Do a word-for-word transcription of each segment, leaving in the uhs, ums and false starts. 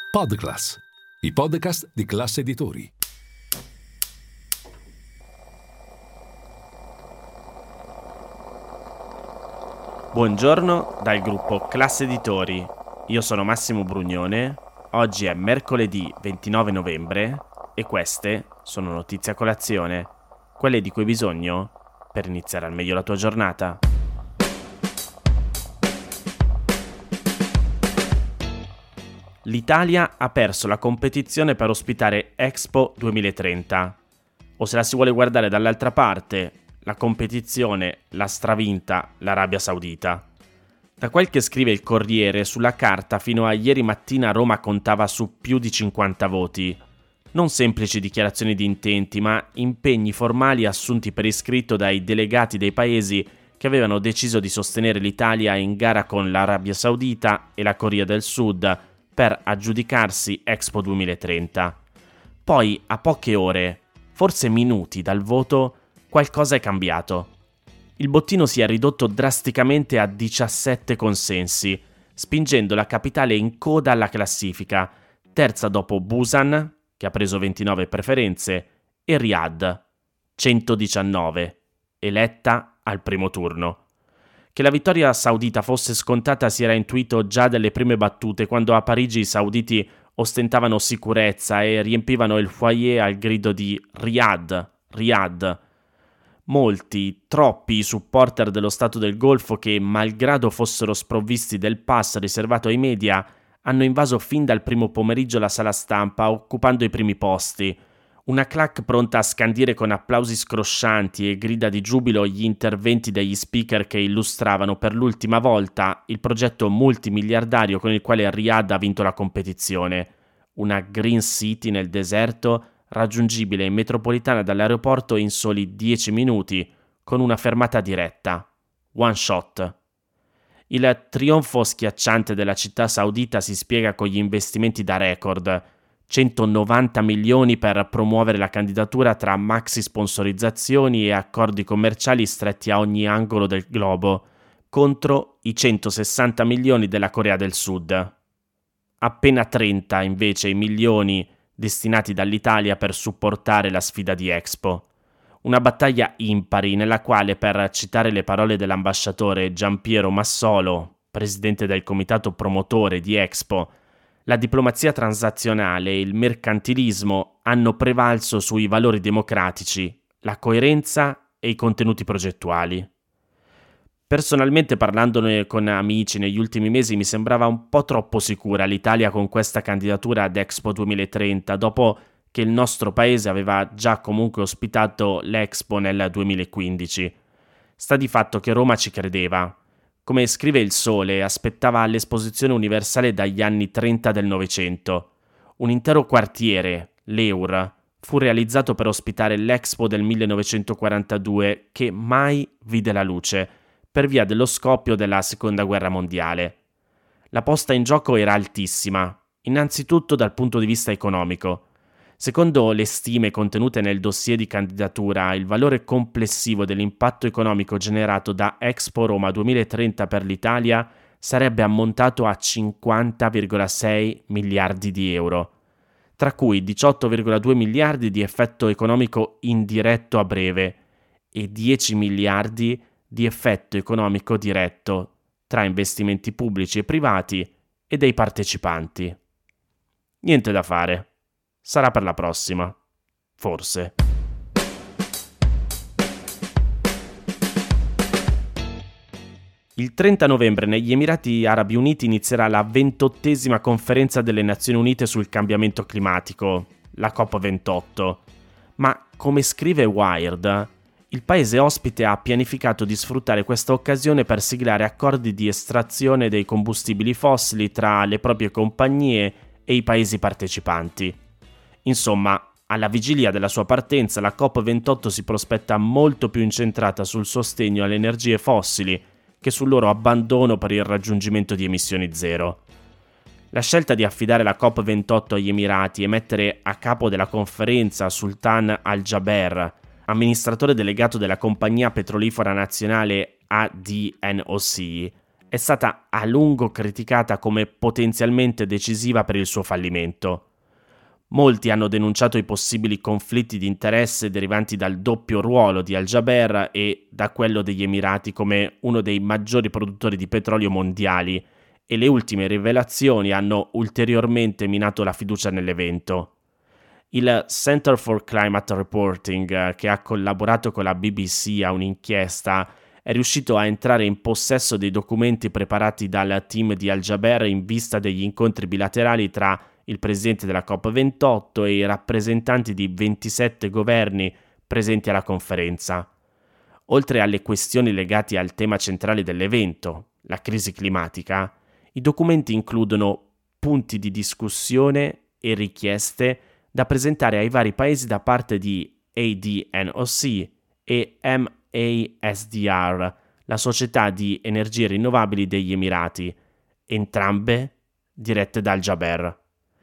Podclass, i podcast di Classe Editori. Buongiorno dal gruppo Classe Editori. Io sono Massimo Brugnone. Oggi è mercoledì ventinove novembre e queste sono notizie a colazione, quelle di cui hai bisogno per iniziare al meglio la tua giornata. L'Italia ha perso la competizione per ospitare Expo duemilatrenta. O se la si vuole guardare dall'altra parte, la competizione l'ha stravinta l'Arabia Saudita. Da quel che scrive il Corriere, sulla carta fino a ieri mattina Roma contava su più di cinquanta voti. Non semplici dichiarazioni di intenti, ma impegni formali assunti per iscritto dai delegati dei paesi che avevano deciso di sostenere l'Italia in gara con l'Arabia Saudita e la Corea del Sud per aggiudicarsi Expo duemilatrenta. Poi, a poche ore, forse minuti dal voto, qualcosa è cambiato. Il bottino si è ridotto drasticamente a diciassette consensi, spingendo la capitale in coda alla classifica, terza dopo Busan, che ha preso ventinove preferenze, e Riyadh, centodiciannove, eletta al primo turno. Che la vittoria saudita fosse scontata si era intuito già dalle prime battute, quando a Parigi i sauditi ostentavano sicurezza e riempivano il foyer al grido di Riyadh, Riyadh. Molti, troppi i supporter dello Stato del Golfo che, malgrado fossero sprovvisti del pass riservato ai media, hanno invaso fin dal primo pomeriggio la sala stampa, occupando i primi posti. Una clac pronta a scandire con applausi scroscianti e grida di giubilo gli interventi degli speaker che illustravano per l'ultima volta il progetto multimiliardario con il quale Riyadh ha vinto la competizione. Una Green City nel deserto, raggiungibile in metropolitana dall'aeroporto in soli dieci minuti, con una fermata diretta. One shot. Il trionfo schiacciante della città saudita si spiega con gli investimenti da record. centonovanta milioni per promuovere la candidatura tra maxi sponsorizzazioni e accordi commerciali stretti a ogni angolo del globo, contro i centosessanta milioni della Corea del Sud. Appena trenta, invece, i milioni destinati dall'Italia per supportare la sfida di Expo. Una battaglia impari nella quale, per citare le parole dell'ambasciatore Giampiero Massolo, presidente del comitato promotore di Expo, la diplomazia transazionale e il mercantilismo hanno prevalso sui valori democratici, la coerenza e i contenuti progettuali. Personalmente, parlandone con amici negli ultimi mesi, mi sembrava un po' troppo sicura l'Italia con questa candidatura ad Expo duemilatrenta, dopo che il nostro paese aveva già comunque ospitato l'Expo nel duemilaquindici. Sta di fatto che Roma ci credeva. Come scrive Il Sole, aspettava l'Esposizione Universale dagli anni trenta del Novecento. Un intero quartiere, l'Eur, fu realizzato per ospitare l'Expo del millenovecentoquarantadue, che mai vide la luce, per via dello scoppio della Seconda Guerra Mondiale. La posta in gioco era altissima, innanzitutto dal punto di vista economico. Secondo le stime contenute nel dossier di candidatura, il valore complessivo dell'impatto economico generato da Expo Roma duemilatrenta per l'Italia sarebbe ammontato a cinquanta virgola sei miliardi di euro, tra cui diciotto virgola due miliardi di effetto economico indiretto a breve e dieci miliardi di effetto economico diretto tra investimenti pubblici e privati e dei partecipanti. Niente da fare. Sarà per la prossima. Forse. Il trenta novembre negli Emirati Arabi Uniti inizierà la ventottesima conferenza delle Nazioni Unite sul cambiamento climatico, la COP ventotto. Ma, come scrive Wired, il paese ospite ha pianificato di sfruttare questa occasione per siglare accordi di estrazione dei combustibili fossili tra le proprie compagnie e i paesi partecipanti. Insomma, alla vigilia della sua partenza, la COP ventotto si prospetta molto più incentrata sul sostegno alle energie fossili che sul loro abbandono per il raggiungimento di emissioni zero. La scelta di affidare la COP ventotto agli Emirati e mettere a capo della conferenza Sultan Al-Jaber, amministratore delegato della compagnia petrolifera nazionale A D N O C, è stata a lungo criticata come potenzialmente decisiva per il suo fallimento. Molti hanno denunciato i possibili conflitti di interesse derivanti dal doppio ruolo di Al Jaber e da quello degli Emirati come uno dei maggiori produttori di petrolio mondiali, e le ultime rivelazioni hanno ulteriormente minato la fiducia nell'evento. Il Center for Climate Reporting, che ha collaborato con la B B C a un'inchiesta, è riuscito a entrare in possesso dei documenti preparati dal team di Al Jaber in vista degli incontri bilaterali tra il presidente della COP ventotto e i rappresentanti di ventisette governi presenti alla conferenza. Oltre alle questioni legate al tema centrale dell'evento, la crisi climatica, i documenti includono punti di discussione e richieste da presentare ai vari paesi da parte di A D N O C e M A S D R, la Società di Energie Rinnovabili degli Emirati, entrambe dirette da Al Jaber.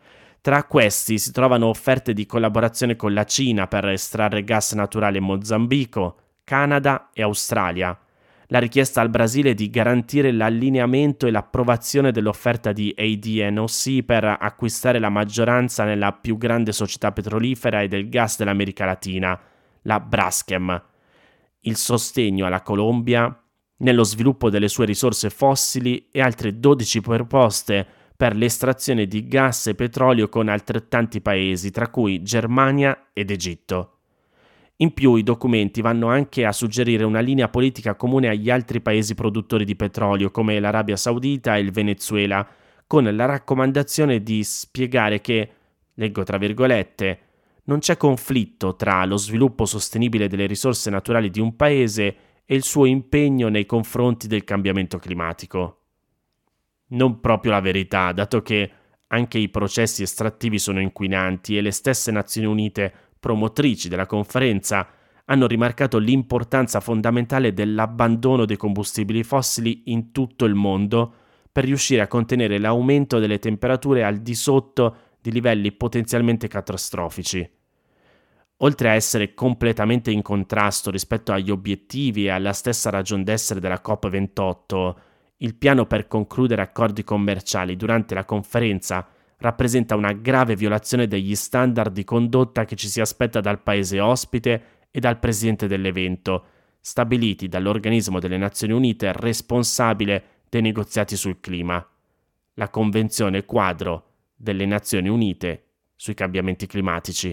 Tra questi si trovano offerte di collaborazione con la Cina per estrarre gas naturale in Mozambico, Canada e Australia, la richiesta al Brasile di garantire l'allineamento e l'approvazione dell'offerta di A D N O C per acquistare la maggioranza nella più grande società petrolifera e del gas dell'America Latina, la Braskem, il sostegno alla Colombia nello sviluppo delle sue risorse fossili e altre dodici proposte per l'estrazione di gas e petrolio con altrettanti paesi, tra cui Germania ed Egitto. In più, i documenti vanno anche a suggerire una linea politica comune agli altri paesi produttori di petrolio, come l'Arabia Saudita e il Venezuela, con la raccomandazione di spiegare che, leggo tra virgolette, non c'è conflitto tra lo sviluppo sostenibile delle risorse naturali di un paese e il suo impegno nei confronti del cambiamento climatico. Non proprio la verità, dato che anche i processi estrattivi sono inquinanti e le stesse Nazioni Unite, promotrici della conferenza, hanno rimarcato l'importanza fondamentale dell'abbandono dei combustibili fossili in tutto il mondo per riuscire a contenere l'aumento delle temperature al di sotto di livelli potenzialmente catastrofici. Oltre a essere completamente in contrasto rispetto agli obiettivi e alla stessa ragion d'essere della COP ventotto, il piano per concludere accordi commerciali durante la conferenza rappresenta una grave violazione degli standard di condotta che ci si aspetta dal paese ospite e dal presidente dell'evento, stabiliti dall'organismo delle Nazioni Unite responsabile dei negoziati sul clima, la Convenzione Quadro delle Nazioni Unite sui cambiamenti climatici.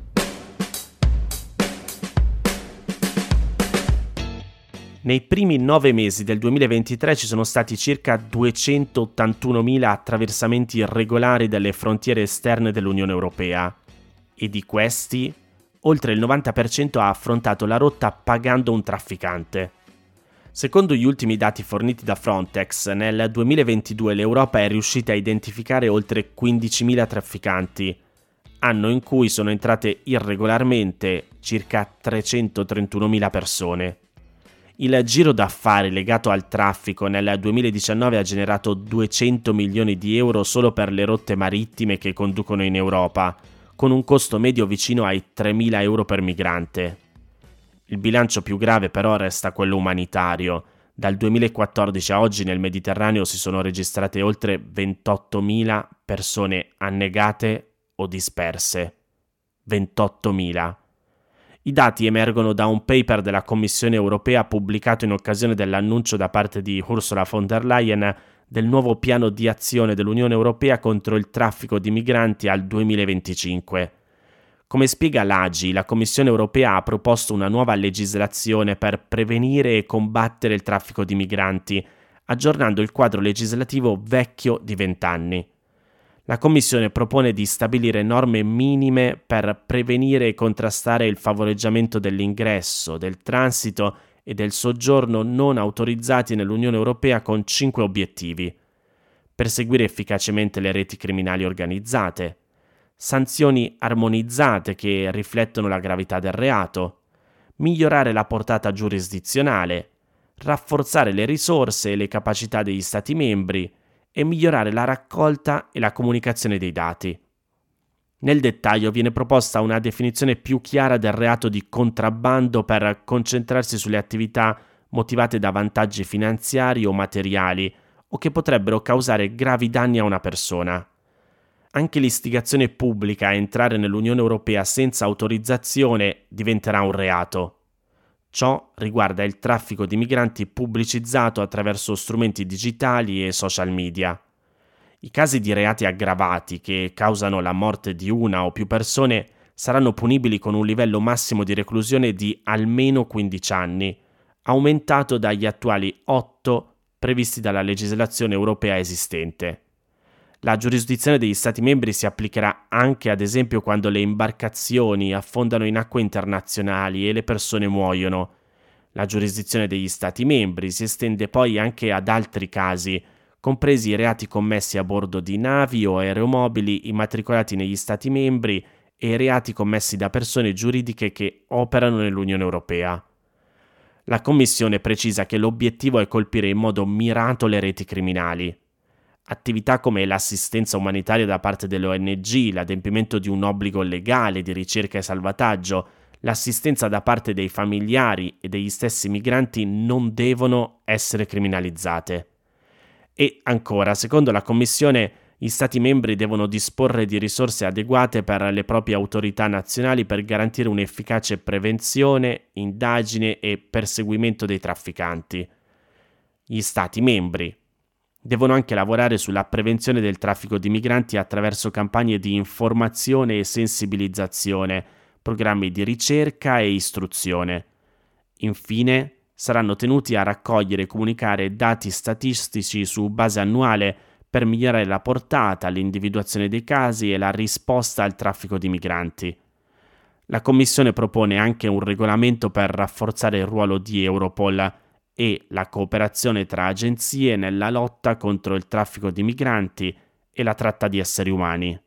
Nei primi nove mesi del duemilaventitré ci sono stati circa duecentottantunomila attraversamenti irregolari delle frontiere esterne dell'Unione Europea e di questi oltre il novanta per cento ha affrontato la rotta pagando un trafficante. Secondo gli ultimi dati forniti da Frontex, nel duemilaventidue l'Europa è riuscita a identificare oltre quindicimila trafficanti, anno in cui sono entrate irregolarmente circa trecentotrentunomila persone. Il giro d'affari legato al traffico nel duemiladiciannove ha generato duecento milioni di euro solo per le rotte marittime che conducono in Europa, con un costo medio vicino ai tremila euro per migrante. Il bilancio più grave però resta quello umanitario. Dal duemilaquattordici a oggi nel Mediterraneo si sono registrate oltre ventottomila persone annegate o disperse. ventottomila. I dati emergono da un paper della Commissione europea pubblicato in occasione dell'annuncio da parte di Ursula von der Leyen del nuovo piano di azione dell'Unione Europea contro il traffico di migranti al duemilaventicinque. Come spiega l'A G I, la Commissione europea ha proposto una nuova legislazione per prevenire e combattere il traffico di migranti, aggiornando il quadro legislativo vecchio di vent'anni. La Commissione propone di stabilire norme minime per prevenire e contrastare il favoreggiamento dell'ingresso, del transito e del soggiorno non autorizzati nell'Unione Europea con cinque obiettivi: perseguire efficacemente le reti criminali organizzate, sanzioni armonizzate che riflettono la gravità del reato, migliorare la portata giurisdizionale, rafforzare le risorse e le capacità degli Stati membri e migliorare la raccolta e la comunicazione dei dati. Nel dettaglio viene proposta una definizione più chiara del reato di contrabbando per concentrarsi sulle attività motivate da vantaggi finanziari o materiali, o che potrebbero causare gravi danni a una persona. Anche l'istigazione pubblica a entrare nell'Unione Europea senza autorizzazione diventerà un reato. Ciò riguarda il traffico di migranti pubblicizzato attraverso strumenti digitali e social media. I casi di reati aggravati che causano la morte di una o più persone saranno punibili con un livello massimo di reclusione di almeno quindici anni, aumentato dagli attuali otto previsti dalla legislazione europea esistente. La giurisdizione degli Stati membri si applicherà anche ad esempio quando le imbarcazioni affondano in acque internazionali e le persone muoiono. La giurisdizione degli Stati membri si estende poi anche ad altri casi, compresi i reati commessi a bordo di navi o aeromobili immatricolati negli Stati membri e i reati commessi da persone giuridiche che operano nell'Unione Europea. La Commissione precisa che l'obiettivo è colpire in modo mirato le reti criminali. Attività come l'assistenza umanitaria da parte delle O N G, l'adempimento di un obbligo legale di ricerca e salvataggio, l'assistenza da parte dei familiari e degli stessi migranti non devono essere criminalizzate. E ancora, secondo la Commissione, gli Stati membri devono disporre di risorse adeguate per le proprie autorità nazionali per garantire un'efficace prevenzione, indagine e perseguimento dei trafficanti. Gli Stati membri devono anche lavorare sulla prevenzione del traffico di migranti attraverso campagne di informazione e sensibilizzazione, programmi di ricerca e istruzione. Infine, saranno tenuti a raccogliere e comunicare dati statistici su base annuale per migliorare la portata, l'individuazione dei casi e la risposta al traffico di migranti. La Commissione propone anche un regolamento per rafforzare il ruolo di Europol e la cooperazione tra agenzie nella lotta contro il traffico di migranti e la tratta di esseri umani.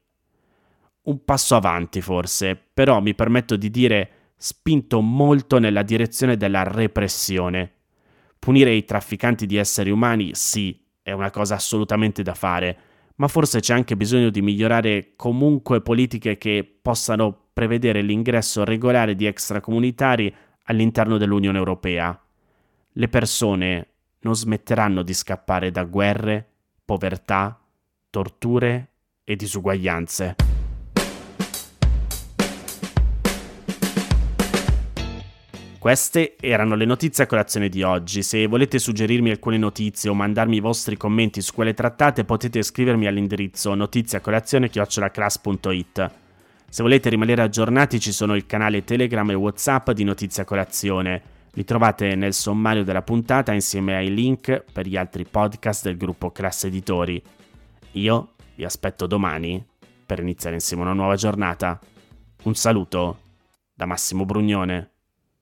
Un passo avanti forse, però mi permetto di dire spinto molto nella direzione della repressione. Punire i trafficanti di esseri umani, sì, è una cosa assolutamente da fare, ma forse c'è anche bisogno di migliorare comunque politiche che possano prevedere l'ingresso regolare di extracomunitari all'interno dell'Unione Europea. Le persone non smetteranno di scappare da guerre, povertà, torture e disuguaglianze. Queste erano le notizie a colazione di oggi. Se volete suggerirmi alcune notizie o mandarmi i vostri commenti su quelle trattate, potete scrivermi all'indirizzo notiziacolazione chiocciola cras punto it. Se volete rimanere aggiornati ci sono il canale Telegram e WhatsApp di Notizia Colazione. Li trovate nel sommario della puntata insieme ai link per gli altri podcast del gruppo Cras Editori. Io vi aspetto domani per iniziare insieme una nuova giornata. Un saluto da Massimo Brugnone.